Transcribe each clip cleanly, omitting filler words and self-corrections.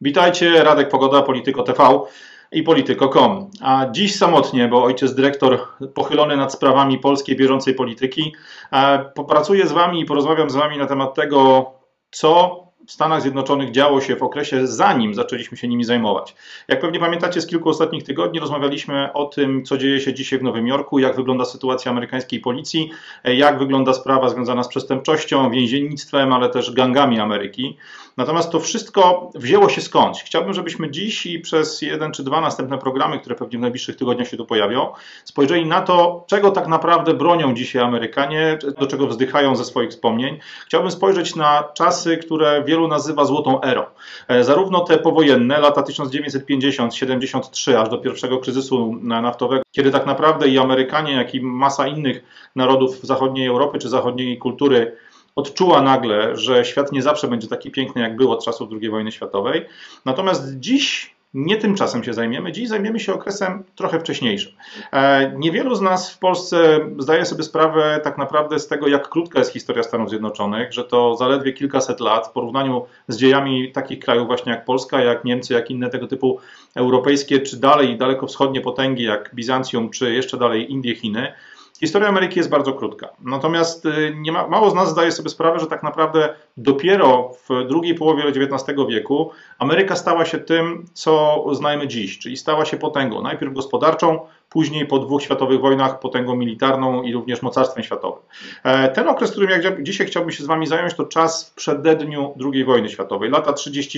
Witajcie, Radek Pogoda, Polityko TV i Polityko.com. A dziś samotnie, bo ojciec dyrektor pochylony nad sprawami polskiej bieżącej polityki, popracuję z Wami i porozmawiam z Wami na temat tego, co w Stanach Zjednoczonych działo się w okresie, zanim zaczęliśmy się nimi zajmować. Jak pewnie pamiętacie, z kilku ostatnich tygodni rozmawialiśmy o tym, co dzieje się dzisiaj w Nowym Jorku, jak wygląda sytuacja amerykańskiej policji, jak wygląda sprawa związana z przestępczością, więziennictwem, ale też gangami Ameryki. Natomiast to wszystko wzięło się skądś. Chciałbym, żebyśmy dziś i przez jeden czy dwa następne programy, które pewnie w najbliższych tygodniach się tu pojawią, spojrzeli na to, czego tak naprawdę bronią dzisiaj Amerykanie, do czego wzdychają ze swoich wspomnień. Chciałbym spojrzeć na czasy, które wielu nazywa złotą erą. Zarówno te powojenne, lata 1950-73, aż do pierwszego kryzysu naftowego, kiedy tak naprawdę i Amerykanie, jak i masa innych narodów zachodniej Europy czy zachodniej kultury odczuła nagle, że świat nie zawsze będzie taki piękny, jak był od czasów II wojny światowej. Natomiast dziś nie tym czasem się zajmiemy, dziś zajmiemy się okresem trochę wcześniejszym. Niewielu z nas w Polsce zdaje sobie sprawę tak naprawdę z tego, jak krótka jest historia Stanów Zjednoczonych, że to zaledwie kilkaset lat w porównaniu z dziejami takich krajów właśnie jak Polska, jak Niemcy, jak inne tego typu europejskie, czy dalej dalekowschodnie potęgi jak Bizancjum, czy jeszcze dalej Indie, Chiny. Historia Ameryki jest bardzo krótka. Natomiast mało z nas zdaje sobie sprawę, że tak naprawdę dopiero w drugiej połowie XIX wieku Ameryka stała się tym, co znajemy dziś, czyli stała się potęgą, najpierw gospodarczą, później po dwóch światowych wojnach potęgą militarną i również mocarstwem światowym. Ten okres, którym dzisiaj chciałbym się z Wami zająć, to czas w przededniu II wojny światowej, lata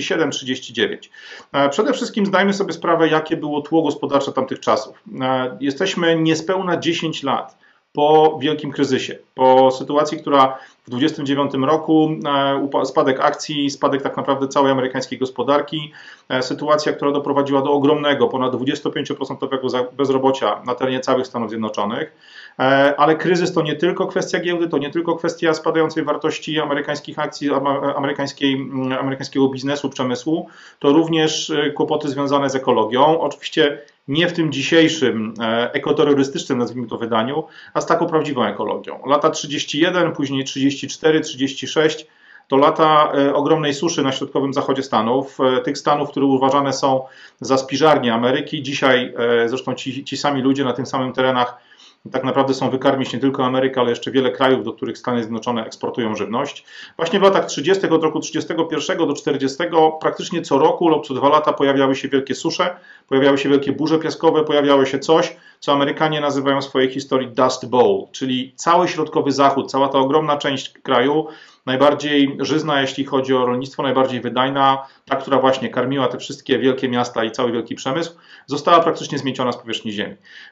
37-39. Przede wszystkim zdajmy sobie sprawę, jakie było tło gospodarcze tamtych czasów. Jesteśmy niespełna 10 lat po wielkim kryzysie, po sytuacji, która w 29 roku, spadek akcji, spadek tak naprawdę całej amerykańskiej gospodarki, sytuacja, która doprowadziła do ogromnego, ponad 25% bezrobocia na terenie całych Stanów Zjednoczonych, ale kryzys to nie tylko kwestia giełdy, to nie tylko kwestia spadającej wartości amerykańskich akcji, amerykańskiego biznesu, przemysłu, to również kłopoty związane z ekologią, oczywiście nie w tym dzisiejszym ekoterrorystycznym, nazwijmy to, wydaniu, a z taką prawdziwą ekologią. Lata 31, później 34, 36 to lata ogromnej suszy na środkowym zachodzie Stanów, tych Stanów, które uważane są za spiżarnię Ameryki. Dzisiaj zresztą ci sami ludzie na tych samych terenach tak naprawdę są wykarmić nie tylko Amerykę, ale jeszcze wiele krajów, do których Stany Zjednoczone eksportują żywność. Właśnie w latach 30. od roku 31 do 40 praktycznie co roku lub co 2 lata pojawiały się wielkie susze, pojawiały się wielkie burze piaskowe, pojawiało się coś, co Amerykanie nazywają w swojej historii Dust Bowl, czyli cały środkowy zachód, cała ta ogromna część kraju, najbardziej żyzna, jeśli chodzi o rolnictwo, najbardziej wydajna, ta, która właśnie karmiła te wszystkie wielkie miasta i cały wielki przemysł, została praktycznie zmieciona z powierzchni ziemi.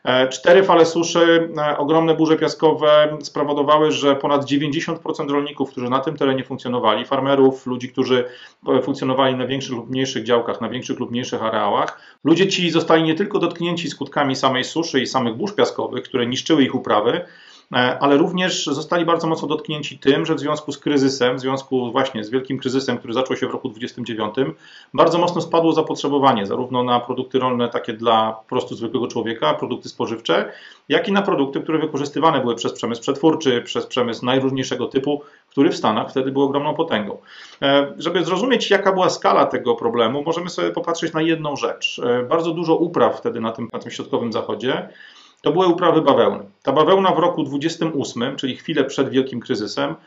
4 fale suszy, ogromne burze piaskowe spowodowały, że ponad 90% rolników, którzy na tym terenie funkcjonowali, farmerów, ludzi, którzy funkcjonowali na większych lub mniejszych działkach, na większych lub mniejszych areałach, ludzie ci zostali nie tylko dotknięci skutkami samej suszy i samych burz piaskowych, które niszczyły ich uprawy, ale również zostali bardzo mocno dotknięci tym, że w związku z kryzysem, w związku właśnie z wielkim kryzysem, który zaczął się w roku 29, bardzo mocno spadło zapotrzebowanie zarówno na produkty rolne takie dla po prostu zwykłego człowieka, produkty spożywcze, jak i na produkty, które wykorzystywane były przez przemysł przetwórczy, przez przemysł najróżniejszego typu, który w Stanach wtedy był ogromną potęgą. Żeby zrozumieć, jaka była skala tego problemu, możemy sobie popatrzeć na jedną rzecz. Bardzo dużo upraw wtedy na tym środkowym zachodzie to były uprawy bawełny. Ta bawełna w roku 28, czyli chwilę przed wielkim kryzysem,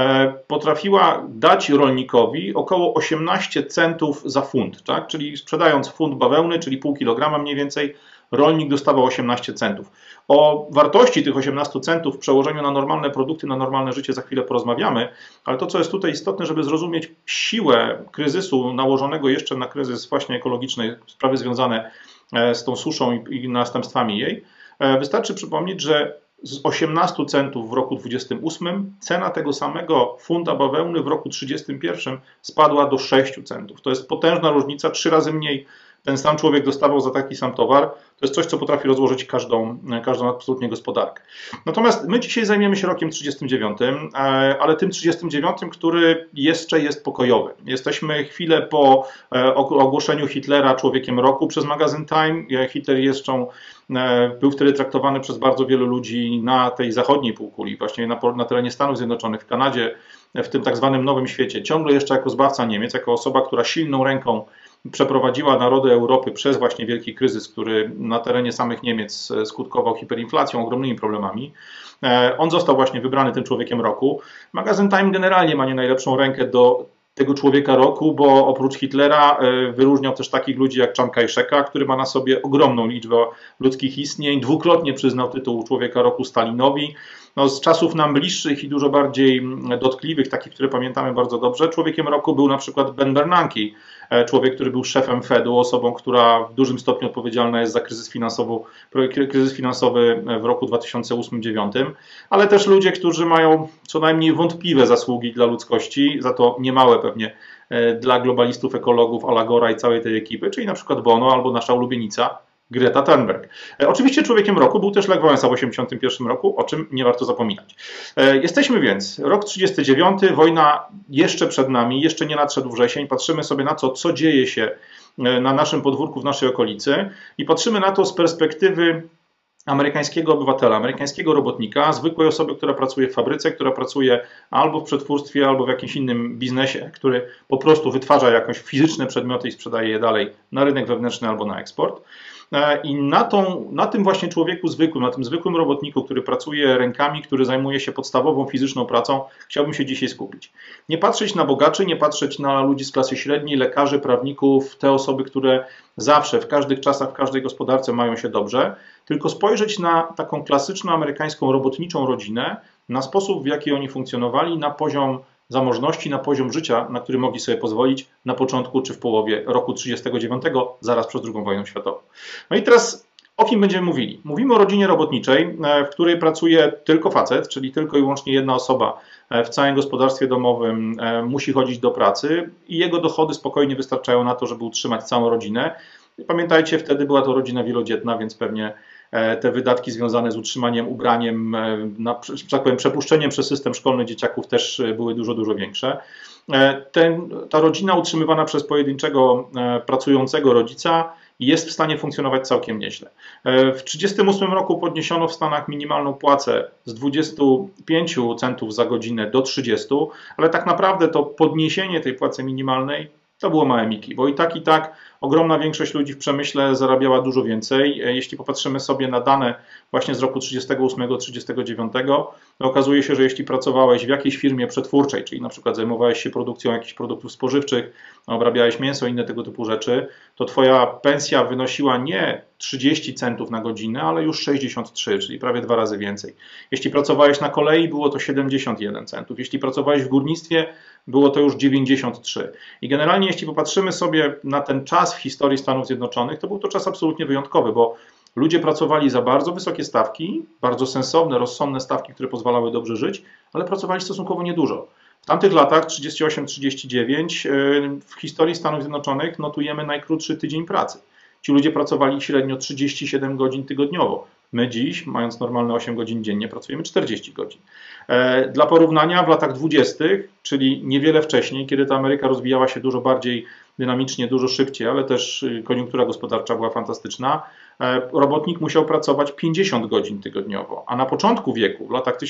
potrafiła dać rolnikowi około 18 centów za funt, tak? Czyli sprzedając funt bawełny, czyli pół kilograma mniej więcej, rolnik dostawał 18 centów. O wartości tych 18 centów w przełożeniu na normalne produkty, na normalne życie za chwilę porozmawiamy, ale to, co jest tutaj istotne, żeby zrozumieć siłę kryzysu nałożonego jeszcze na kryzys właśnie ekologiczny, sprawy związane z tą suszą i następstwami jej, wystarczy przypomnieć, że z 18 centów w roku 28 cena tego samego funta bawełny w roku 31 spadła do 6 centów. To jest potężna różnica, 3 razy mniej ten sam człowiek dostawał za taki sam towar. To jest coś, co potrafi rozłożyć każdą absolutnie gospodarkę. Natomiast my dzisiaj zajmiemy się rokiem 39, ale tym 39, który jeszcze jest pokojowy. Jesteśmy chwilę po ogłoszeniu Hitlera człowiekiem roku przez magazyn Time. Hitler był wtedy traktowany przez bardzo wielu ludzi na tej zachodniej półkuli, właśnie na terenie Stanów Zjednoczonych, w Kanadzie, w tym tak zwanym nowym świecie, ciągle jeszcze jako zbawca Niemiec, jako osoba, która silną ręką przeprowadziła narody Europy przez właśnie wielki kryzys, który na terenie samych Niemiec skutkował hiperinflacją, ogromnymi problemami. On został właśnie wybrany tym człowiekiem roku. Magazyn Time generalnie ma nie najlepszą rękę do tego człowieka roku, bo oprócz Hitlera wyróżniał też takich ludzi jak Chiang Kai-sheka, który ma na sobie ogromną liczbę ludzkich istnień. Dwukrotnie przyznał tytuł człowieka roku Stalinowi. No, z czasów nam bliższych i dużo bardziej dotkliwych, takich, które pamiętamy bardzo dobrze, człowiekiem roku był na przykład Ben Bernanke, człowiek, który był szefem Fedu, osobą, która w dużym stopniu odpowiedzialna jest za kryzys finansowy w roku 2008-2009, ale też ludzie, którzy mają co najmniej wątpliwe zasługi dla ludzkości, za to niemałe pewnie dla globalistów, ekologów, Al Gore'a i całej tej ekipy, czyli na przykład Bono albo nasza ulubienica Greta Thunberg. Oczywiście człowiekiem roku był też Lech Wałęsa w 1981 roku, o czym nie warto zapominać. Jesteśmy więc, rok 39, wojna jeszcze przed nami, jeszcze nie nadszedł wrzesień, patrzymy sobie na to, co dzieje się na naszym podwórku, w naszej okolicy i patrzymy na to z perspektywy amerykańskiego obywatela, amerykańskiego robotnika, zwykłej osoby, która pracuje w fabryce, która pracuje albo w przetwórstwie, albo w jakimś innym biznesie, który po prostu wytwarza jakieś fizyczne przedmioty i sprzedaje je dalej na rynek wewnętrzny albo na eksport. I na tym właśnie człowieku zwykłym, na tym zwykłym robotniku, który pracuje rękami, który zajmuje się podstawową fizyczną pracą, chciałbym się dzisiaj skupić. Nie patrzeć na bogaczy, nie patrzeć na ludzi z klasy średniej, lekarzy, prawników, te osoby, które zawsze, w każdych czasach, w każdej gospodarce mają się dobrze, tylko spojrzeć na taką klasyczną amerykańską robotniczą rodzinę, na sposób, w jaki oni funkcjonowali, na poziom zamożności, na poziom życia, na który mogli sobie pozwolić na początku czy w połowie roku 1939, zaraz przed II wojną światową. No i teraz o kim będziemy mówili? Mówimy o rodzinie robotniczej, w której pracuje tylko facet, czyli tylko i wyłącznie jedna osoba w całym gospodarstwie domowym musi chodzić do pracy i jego dochody spokojnie wystarczają na to, żeby utrzymać całą rodzinę. Pamiętajcie, wtedy była to rodzina wielodzietna, więc pewnie te wydatki związane z utrzymaniem, ubraniem, tak powiem, przepuszczeniem przez system szkolny dzieciaków też były dużo, dużo większe. Ta rodzina utrzymywana przez pojedynczego pracującego rodzica jest w stanie funkcjonować całkiem nieźle. W 1938 roku podniesiono w Stanach minimalną płacę z 25 centów za godzinę do 30, ale tak naprawdę to podniesienie tej płacy minimalnej to było małe miki, bo i tak ogromna większość ludzi w przemyśle zarabiała dużo więcej. Jeśli popatrzymy sobie na dane właśnie z roku 38-39, to okazuje się, że jeśli pracowałeś w jakiejś firmie przetwórczej, czyli na przykład zajmowałeś się produkcją jakichś produktów spożywczych, obrabiałeś mięso i inne tego typu rzeczy, to twoja pensja wynosiła nie 30 centów na godzinę, ale już 63, czyli prawie 2 razy więcej. Jeśli pracowałeś na kolei, było to 71 centów. Jeśli pracowałeś w górnictwie, było to już 93. I generalnie jeśli popatrzymy sobie na ten czas w historii Stanów Zjednoczonych, to był to czas absolutnie wyjątkowy, bo ludzie pracowali za bardzo wysokie stawki, bardzo sensowne, rozsądne stawki, które pozwalały dobrze żyć, ale pracowali stosunkowo niedużo. W tamtych latach, 38-39, w historii Stanów Zjednoczonych notujemy najkrótszy tydzień pracy. Ci ludzie pracowali średnio 37 godzin tygodniowo. My dziś, mając normalne 8 godzin dziennie, pracujemy 40 godzin. Dla porównania w latach 20., czyli niewiele wcześniej, kiedy ta Ameryka rozwijała się dużo bardziej dynamicznie, dużo szybciej, ale też koniunktura gospodarcza była fantastyczna, robotnik musiał pracować 50 godzin tygodniowo, a na początku wieku, w latach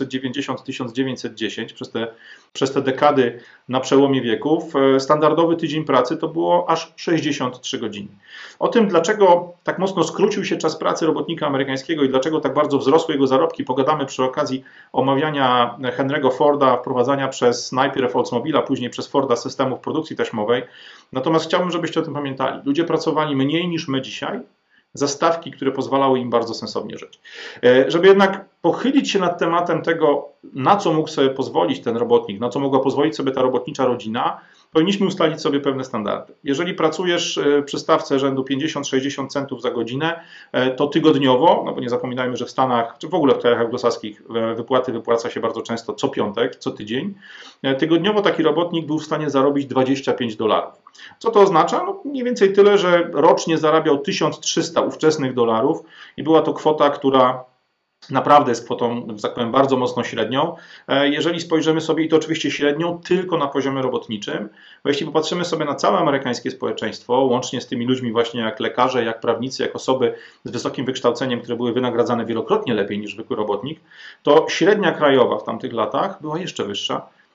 1890-1910, przez te dekady na przełomie wieków, standardowy tydzień pracy to było aż 63 godziny. O tym, dlaczego tak mocno skrócił się czas pracy robotnika amerykańskiego i dlaczego tak bardzo wzrosły jego zarobki, pogadamy przy okazji omawiania Henry'ego Forda, wprowadzania przez najpierw Oldsmobila, później przez Forda systemów produkcji taśmowej. Natomiast chciałbym, żebyście o tym pamiętali. Ludzie pracowali mniej niż my dzisiaj, za stawki, które pozwalały im bardzo sensownie żyć. Żeby jednak pochylić się nad tematem tego, na co mógł sobie pozwolić ten robotnik, na co mogła pozwolić sobie ta robotnicza rodzina, powinniśmy ustalić sobie pewne standardy. Jeżeli pracujesz przy stawce rzędu 50-60 centów za godzinę, to tygodniowo, no bo nie zapominajmy, że w Stanach, czy w ogóle w krajach anglosaskich wypłaty wypłaca się bardzo często co piątek, co tydzień, tygodniowo taki robotnik był w stanie zarobić $25. Co to oznacza? No, mniej więcej tyle, że rocznie zarabiał 1300 ówczesnych dolarów i była to kwota, która naprawdę jest kwotą, że tak powiem, bardzo mocno średnią. Jeżeli spojrzymy sobie, i to oczywiście średnią, tylko na poziomie robotniczym, bo jeśli popatrzymy sobie na całe amerykańskie społeczeństwo, łącznie z tymi ludźmi właśnie jak lekarze, jak prawnicy, jak osoby z wysokim wykształceniem, które były wynagradzane wielokrotnie lepiej niż zwykły robotnik, to średnia krajowa w tamtych latach była jeszcze wyższa.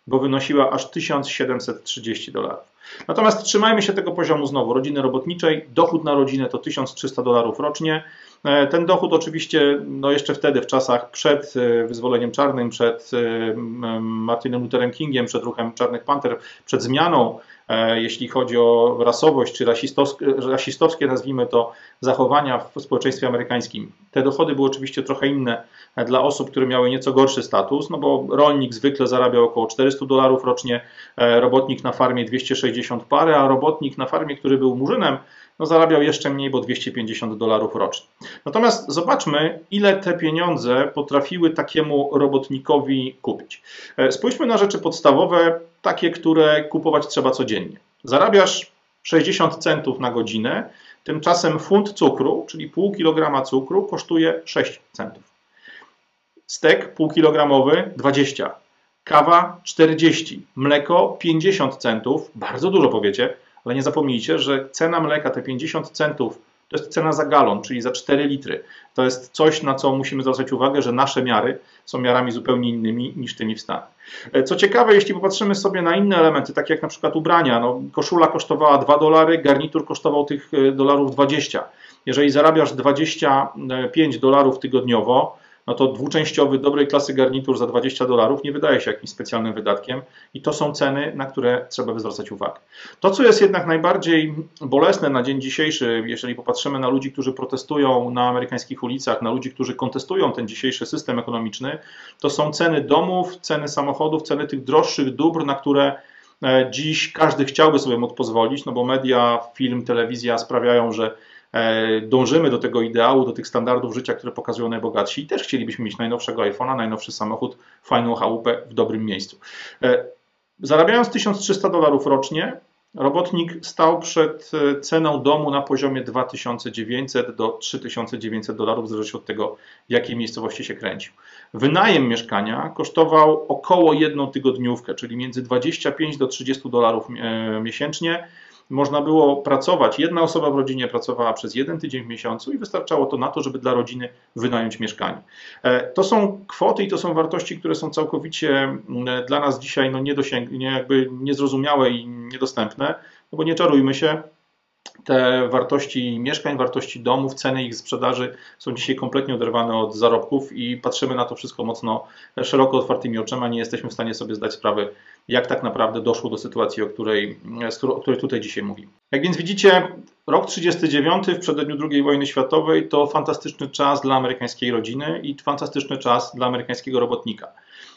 bo wynosiła aż $1730. Natomiast trzymajmy się tego poziomu znowu, rodziny robotniczej, dochód na rodzinę to $1300 rocznie. Ten dochód oczywiście no jeszcze wtedy, w czasach przed wyzwoleniem czarnym, przed Martinem Lutherem Kingiem, przed ruchem Czarnych Panter, przed zmianą, jeśli chodzi o rasowość czy rasistowskie, nazwijmy to, zachowania w społeczeństwie amerykańskim. Te dochody były oczywiście trochę inne dla osób, które miały nieco gorszy status, no bo rolnik zwykle zarabiał około $400 rocznie, robotnik na farmie 260 parę, a robotnik na farmie, który był murzynem, no zarabiał jeszcze mniej, bo $250 rocznie. Natomiast zobaczmy, ile te pieniądze potrafiły takiemu robotnikowi kupić. Spójrzmy na rzeczy podstawowe, takie, które kupować trzeba codziennie. Zarabiasz 60 centów na godzinę, tymczasem funt cukru, czyli pół kilograma cukru, kosztuje 6 centów. Stek półkilogramowy 20, kawa 40, mleko 50 centów, bardzo dużo powiecie, ale nie zapomnijcie, że cena mleka, te 50 centów, to jest cena za galon, czyli za 4 litry. To jest coś, na co musimy zwracać uwagę, że nasze miary są miarami zupełnie innymi niż tymi w Stanach. Co ciekawe, jeśli popatrzymy sobie na inne elementy, takie jak na przykład ubrania, no, koszula kosztowała $2, garnitur kosztował tych dolarów 20. Jeżeli zarabiasz $25 tygodniowo, no to dwuczęściowy, dobrej klasy garnitur za $20 nie wydaje się jakimś specjalnym wydatkiem i to są ceny, na które trzeba zwracać uwagę. To, co jest jednak najbardziej bolesne na dzień dzisiejszy, jeżeli popatrzymy na ludzi, którzy protestują na amerykańskich ulicach, na ludzi, którzy kontestują ten dzisiejszy system ekonomiczny, to są ceny domów, ceny samochodów, ceny tych droższych dóbr, na które dziś każdy chciałby sobie móc pozwolić, no bo media, film, telewizja sprawiają, że dążymy do tego ideału, do tych standardów życia, które pokazują najbogatsi i też chcielibyśmy mieć najnowszego iPhone'a, najnowszy samochód, fajną chałupę w dobrym miejscu. Zarabiając $1300 rocznie, robotnik stał przed ceną domu na poziomie $2900 do $3900, w zależności od tego, w jakiej miejscowości się kręcił. Wynajem mieszkania kosztował około jedną tygodniówkę, czyli między $25 do $30 miesięcznie. Można było pracować, jedna osoba w rodzinie pracowała przez 1 tydzień w miesiącu i wystarczało to na to, żeby dla rodziny wynająć mieszkanie. To są kwoty i to są wartości, które są całkowicie dla nas dzisiaj no niezrozumiałe i niedostępne, no bo nie czarujmy się, te wartości mieszkań, wartości domów, ceny ich sprzedaży są dzisiaj kompletnie oderwane od zarobków i patrzymy na to wszystko mocno szeroko otwartymi oczami, nie jesteśmy w stanie sobie zdać sprawy, jak tak naprawdę doszło do sytuacji, o której tutaj dzisiaj mówimy. Jak więc widzicie, rok 1939 w przededniu II wojny światowej to fantastyczny czas dla amerykańskiej rodziny i fantastyczny czas dla amerykańskiego robotnika.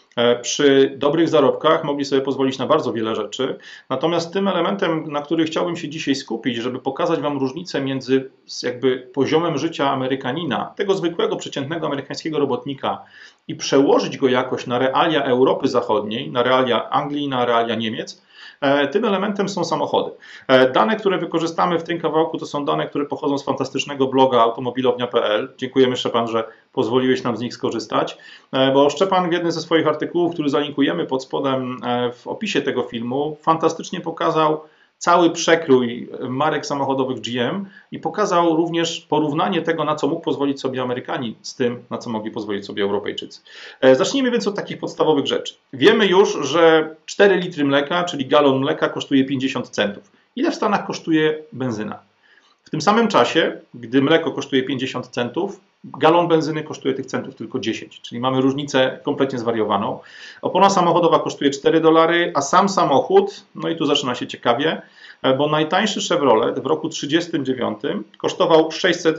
Przy dobrych zarobkach mogli sobie pozwolić na bardzo wiele rzeczy, natomiast tym elementem, na który chciałbym się dzisiaj skupić, żeby pokazać Wam różnicę między jakby poziomem życia Amerykanina, tego zwykłego, przeciętnego amerykańskiego robotnika i przełożyć go jakoś na realia Europy Zachodniej, na realia Anglii, na realia Niemiec, tym elementem są samochody. Dane, które wykorzystamy w tym kawałku, to są dane, które pochodzą z fantastycznego bloga automobilownia.pl. Dziękujemy, Szczepan, że pozwoliłeś nam z nich skorzystać, bo Szczepan w jednym ze swoich artykułów, który zalinkujemy pod spodem w opisie tego filmu, fantastycznie pokazał cały przekrój marek samochodowych GM i pokazał również porównanie tego, na co mógł pozwolić sobie Amerykanie z tym, na co mogli pozwolić sobie Europejczycy. Zacznijmy więc od takich podstawowych rzeczy. Wiemy już, że 4 litry mleka, czyli galon mleka kosztuje 50 centów. Ile w Stanach kosztuje benzyna? W tym samym czasie, gdy mleko kosztuje 50 centów, galon benzyny kosztuje tych centów tylko 10, czyli mamy różnicę kompletnie zwariowaną. Opona samochodowa kosztuje $4, a sam samochód, no i tu zaczyna się ciekawie, bo najtańszy Chevrolet w roku 1939 kosztował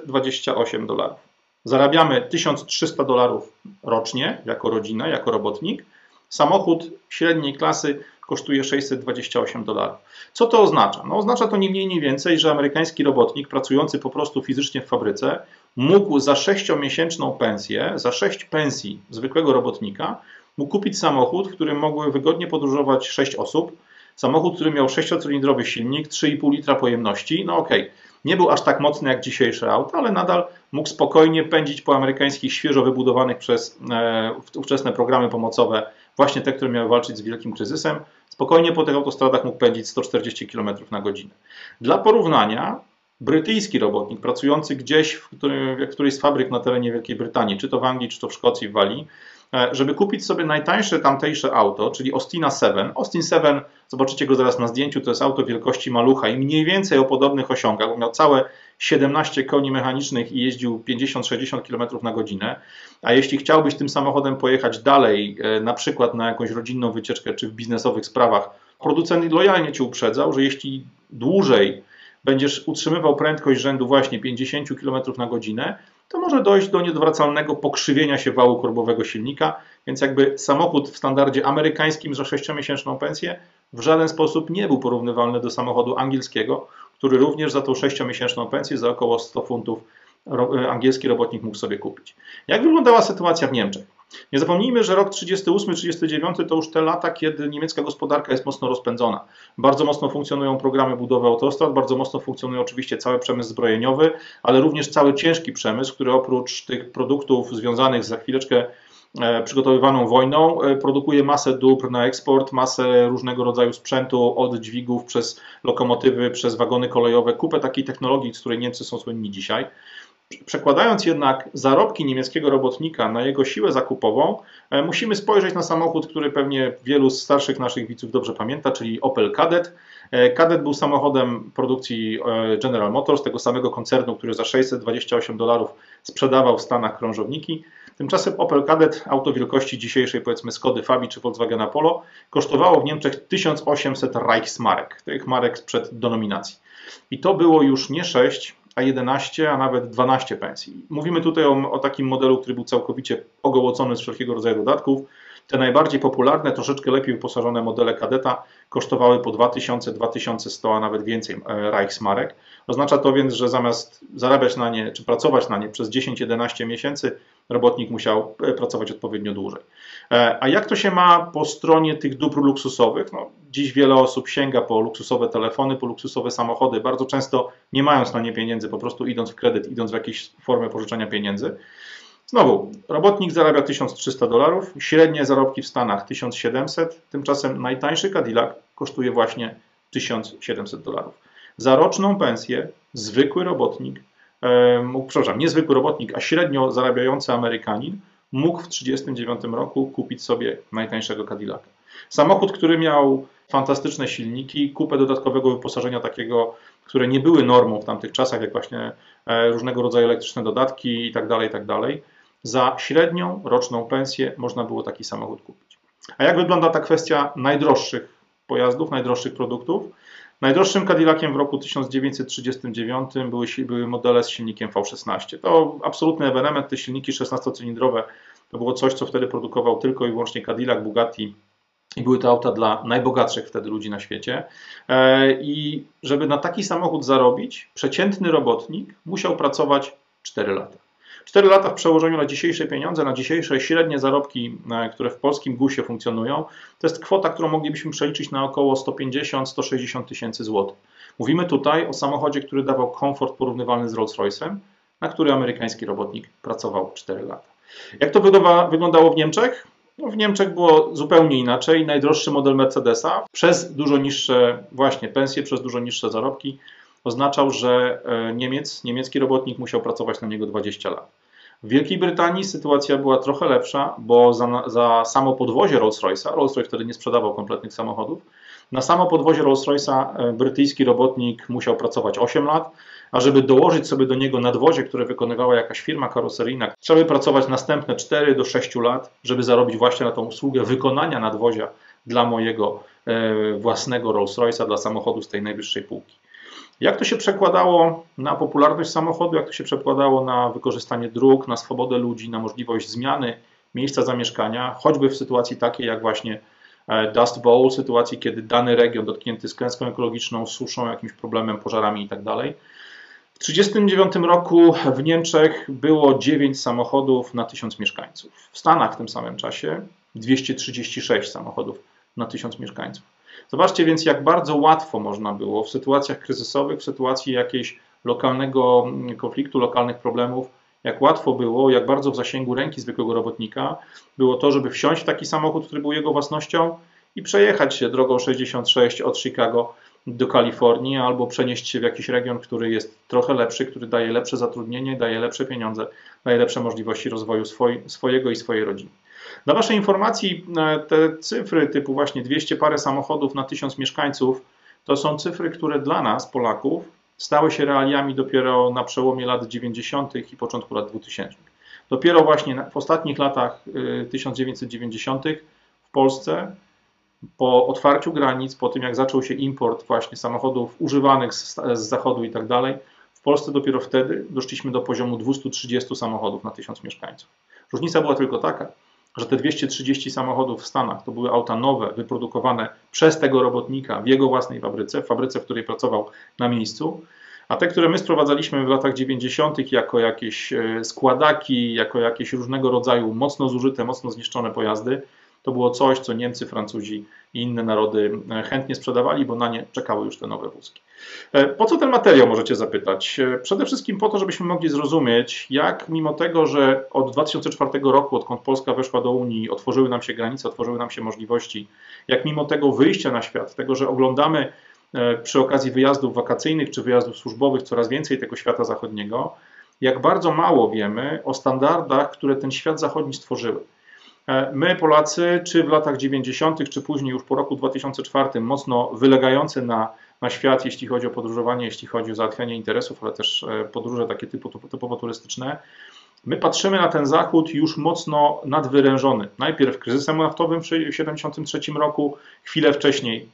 $628. Zarabiamy $1300 rocznie jako rodzina, jako robotnik. Samochód średniej klasy kosztuje $628. Co to oznacza? No, oznacza to ni mniej, ni więcej, że amerykański robotnik pracujący po prostu fizycznie w fabryce mógł za 6-miesięczną pensję, za 6 pensji zwykłego robotnika, mógł kupić samochód, w którym mogły wygodnie podróżować 6 osób, samochód, który miał 6-cylindrowy silnik, 3,5 litra pojemności, no okej, nie był aż tak mocny jak dzisiejsze auta, ale nadal mógł spokojnie pędzić po amerykańskich, świeżo wybudowanych przez ówczesne programy pomocowe, właśnie te, które miały walczyć z wielkim kryzysem, spokojnie po tych autostradach mógł pędzić 140 km na godzinę. Dla porównania, brytyjski robotnik pracujący gdzieś w którejś z fabryk na terenie Wielkiej Brytanii, czy to w Anglii, czy to w Szkocji, w Walii, żeby kupić sobie najtańsze tamtejsze auto, czyli Austina 7. Austin 7, zobaczycie go zaraz na zdjęciu, to jest auto wielkości malucha i mniej więcej o podobnych osiągach, bo miał całe 17 koni mechanicznych i jeździł 50-60 km na godzinę. A jeśli chciałbyś tym samochodem pojechać dalej, na przykład na jakąś rodzinną wycieczkę czy w biznesowych sprawach, producent lojalnie Cię uprzedzał, że jeśli dłużej będziesz utrzymywał prędkość rzędu właśnie 50 km na godzinę, to może dojść do nieodwracalnego pokrzywienia się wału korbowego silnika, więc jakby samochód w standardzie amerykańskim za 6-miesięczną pensję w żaden sposób nie był porównywalny do samochodu angielskiego, który również za tą 6-miesięczną pensję za około 100 funtów angielski robotnik mógł sobie kupić. Jak wyglądała sytuacja w Niemczech? Nie zapomnijmy, że rok 38-39 to już te lata, kiedy niemiecka gospodarka jest mocno rozpędzona. Bardzo mocno funkcjonują programy budowy autostrad, bardzo mocno funkcjonuje oczywiście cały przemysł zbrojeniowy, ale również cały ciężki przemysł, który oprócz tych produktów związanych za chwileczkę przygotowywaną wojną produkuje masę dóbr na eksport, masę różnego rodzaju sprzętu, od dźwigów przez lokomotywy, przez wagony kolejowe, kupę takiej technologii, z której Niemcy są słynni dzisiaj. Przekładając jednak zarobki niemieckiego robotnika na jego siłę zakupową, musimy spojrzeć na samochód, który pewnie wielu z starszych naszych widzów dobrze pamięta, czyli Opel Kadett. Kadett był samochodem produkcji General Motors, tego samego koncernu, który za $628 sprzedawał w Stanach krążowniki. Tymczasem Opel Kadett, auto wielkości dzisiejszej powiedzmy Skody Fabii czy Volkswagena Polo, kosztowało w Niemczech 1800 Reichsmarek, tych marek sprzed denominacji. I to było już nie 6, a 11, a nawet 12 pensji. Mówimy tutaj o takim modelu, który był całkowicie ogołocony z wszelkiego rodzaju dodatków. Te najbardziej popularne, troszeczkę lepiej wyposażone modele Kadetta kosztowały po 2000, 2100, a nawet więcej Reichsmarek. Oznacza to więc, że zamiast zarabiać na nie, czy pracować na nie przez 10-11 miesięcy, robotnik musiał pracować odpowiednio dłużej. A jak to się ma po stronie tych dóbr luksusowych? No, dziś wiele osób sięga po luksusowe telefony, po luksusowe samochody, bardzo często nie mając na nie pieniędzy, po prostu idąc w kredyt, idąc w jakąś formę pożyczania pieniędzy. Znowu, robotnik zarabia $1300, średnie zarobki w Stanach 1700, tymczasem najtańszy Cadillac kosztuje właśnie $1700. Za roczną pensję zwykły robotnik, nie zwykły robotnik, a średnio zarabiający Amerykanin mógł w 1939 roku kupić sobie najtańszego Cadillaca. Samochód, który miał fantastyczne silniki, kupę dodatkowego wyposażenia takiego, które nie były normą w tamtych czasach, jak właśnie różnego rodzaju elektryczne dodatki itd., itd. Za średnią roczną pensję można było taki samochód kupić. A jak wygląda ta kwestia najdroższych pojazdów, najdroższych produktów? Najdroższym Cadillaciem w roku 1939 były modele z silnikiem V16. To absolutny ewenement, te silniki 16-cylindrowe to było coś, co wtedy produkował tylko i wyłącznie Cadillac, Bugatti i były to auta dla najbogatszych wtedy ludzi na świecie. I żeby na taki samochód zarobić, przeciętny robotnik musiał pracować 4 lata. 4 lata w przełożeniu na dzisiejsze pieniądze, na dzisiejsze średnie zarobki, które w polskim GUS-ie funkcjonują, to jest kwota, którą moglibyśmy przeliczyć na około 150-160 tysięcy złotych. Mówimy tutaj o samochodzie, który dawał komfort porównywalny z Rolls-Royce'em, na który amerykański robotnik pracował 4 lata. Jak to wyglądało w Niemczech? No w Niemczech było zupełnie inaczej. Najdroższy model Mercedesa przez dużo niższe właśnie pensje, przez dużo niższe zarobki oznaczał, że niemiecki robotnik musiał pracować na niego 20 lat. W Wielkiej Brytanii sytuacja była trochę lepsza, bo za samo podwozie Rolls-Royce'a, Rolls-Royce wtedy nie sprzedawał kompletnych samochodów, na samo podwozie Rolls-Royce'a brytyjski robotnik musiał pracować 8 lat, a żeby dołożyć sobie do niego nadwozie, które wykonywała jakaś firma karoseryjna, trzeba by pracować następne 4 do 6 lat, żeby zarobić właśnie na tą usługę wykonania nadwozia dla mojego własnego Rolls-Royce'a, dla samochodu z tej najwyższej półki. Jak to się przekładało na popularność samochodu, jak to się przekładało na wykorzystanie dróg, na swobodę ludzi, na możliwość zmiany miejsca zamieszkania, choćby w sytuacji takiej jak właśnie Dust Bowl, sytuacji, kiedy dany region dotknięty jest klęską ekologiczną, suszą, jakimś problemem, pożarami itd. W 1939 roku w Niemczech było 9 samochodów na 1000 mieszkańców. W Stanach w tym samym czasie 236 samochodów na 1000 mieszkańców. Zobaczcie więc, jak bardzo łatwo można było w sytuacjach kryzysowych, w sytuacji jakiegoś lokalnego konfliktu, lokalnych problemów, jak łatwo było, jak bardzo w zasięgu ręki zwykłego robotnika było to, żeby wsiąść w taki samochód, który był jego własnością i przejechać się drogą 66 od Chicago do Kalifornii albo przenieść się w jakiś region, który jest trochę lepszy, który daje lepsze zatrudnienie, daje lepsze pieniądze, daje lepsze możliwości rozwoju swojego i swojej rodziny. Dla Waszej informacji te cyfry typu właśnie 200 parę samochodów na 1000 mieszkańców to są cyfry, które dla nas, Polaków, stały się realiami dopiero na przełomie lat 90. i początku lat 2000. Dopiero właśnie w ostatnich latach 1990. w Polsce, po otwarciu granic, po tym jak zaczął się import właśnie samochodów używanych z zachodu i tak dalej, w Polsce dopiero wtedy doszliśmy do poziomu 230 samochodów na 1000 mieszkańców. Różnica była tylko taka, że te 230 samochodów w Stanach to były auta nowe, wyprodukowane przez tego robotnika w jego własnej fabryce, w której pracował na miejscu, a te, które my sprowadzaliśmy w latach 90. jako jakieś składaki, jako jakieś różnego rodzaju mocno zużyte, mocno zniszczone pojazdy, to było coś, co Niemcy, Francuzi i inne narody chętnie sprzedawali, bo na nie czekały już te nowe wózki. Po co ten materiał, możecie zapytać? Przede wszystkim po to, żebyśmy mogli zrozumieć, jak mimo tego, że od 2004 roku, odkąd Polska weszła do Unii, otworzyły nam się granice, otworzyły nam się możliwości, jak mimo tego wyjścia na świat, tego, że oglądamy przy okazji wyjazdów wakacyjnych czy wyjazdów służbowych coraz więcej tego świata zachodniego, jak bardzo mało wiemy o standardach, które ten świat zachodni stworzyły. My, Polacy, czy w latach 90., czy później już po roku 2004, mocno wylegający na świat, jeśli chodzi o podróżowanie, jeśli chodzi o załatwianie interesów, ale też podróże takie typowo turystyczne, my patrzymy na ten Zachód już mocno nadwyrężony. Najpierw kryzysem naftowym w 1973 roku, chwilę wcześniej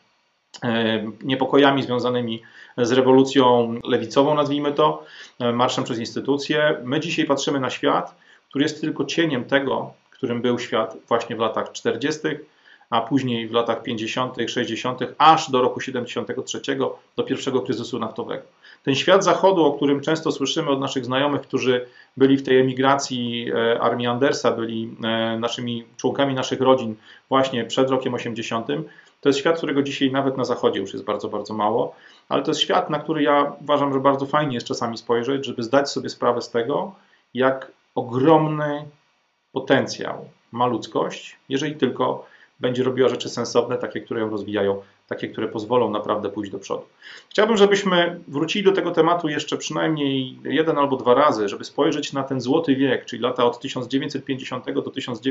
niepokojami związanymi z rewolucją lewicową, nazwijmy to, marszem przez instytucje. My dzisiaj patrzymy na świat, który jest tylko cieniem tego, którym był świat właśnie w latach 40., a później w latach 50., 60., aż do roku 73, do pierwszego kryzysu naftowego. Ten świat zachodu, o którym często słyszymy od naszych znajomych, którzy byli w tej emigracji armii Andersa, byli członkami naszych rodzin właśnie przed rokiem 80., to jest świat, którego dzisiaj nawet na zachodzie już jest bardzo, bardzo mało, ale to jest świat, na który ja uważam, że bardzo fajnie jest czasami spojrzeć, żeby zdać sobie sprawę z tego, jak ogromny potencjał ma ludzkość, jeżeli tylko będzie robiła rzeczy sensowne, takie, które ją rozwijają, takie, które pozwolą naprawdę pójść do przodu. Chciałbym, żebyśmy wrócili do tego tematu jeszcze przynajmniej 1 albo 2 razy, żeby spojrzeć na ten złoty wiek, czyli lata od 1950 do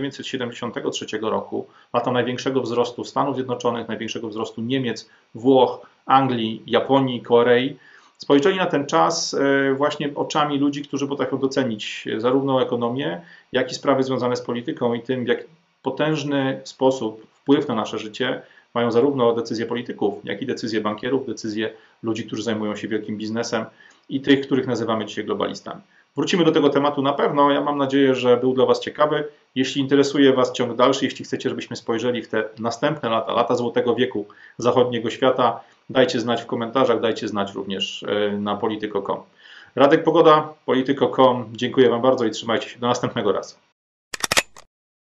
1973 roku, lata największego wzrostu Stanów Zjednoczonych, największego wzrostu Niemiec, Włoch, Anglii, Japonii, Korei. Spojrzeli na ten czas właśnie oczami ludzi, którzy potrafią docenić zarówno ekonomię, jak i sprawy związane z polityką i tym, w jak potężny sposób wpływ na nasze życie mają zarówno decyzje polityków, jak i decyzje bankierów, decyzje ludzi, którzy zajmują się wielkim biznesem i tych, których nazywamy dzisiaj globalistami. Wrócimy do tego tematu na pewno. Ja mam nadzieję, że był dla Was ciekawy. Jeśli interesuje Was ciąg dalszy, jeśli chcecie, żebyśmy spojrzeli w te następne lata, lata złotego wieku zachodniego świata, dajcie znać w komentarzach, dajcie znać również na polityko.com. Radek Pogoda, polityko.com. Dziękuję Wam bardzo i trzymajcie się. Do następnego razu.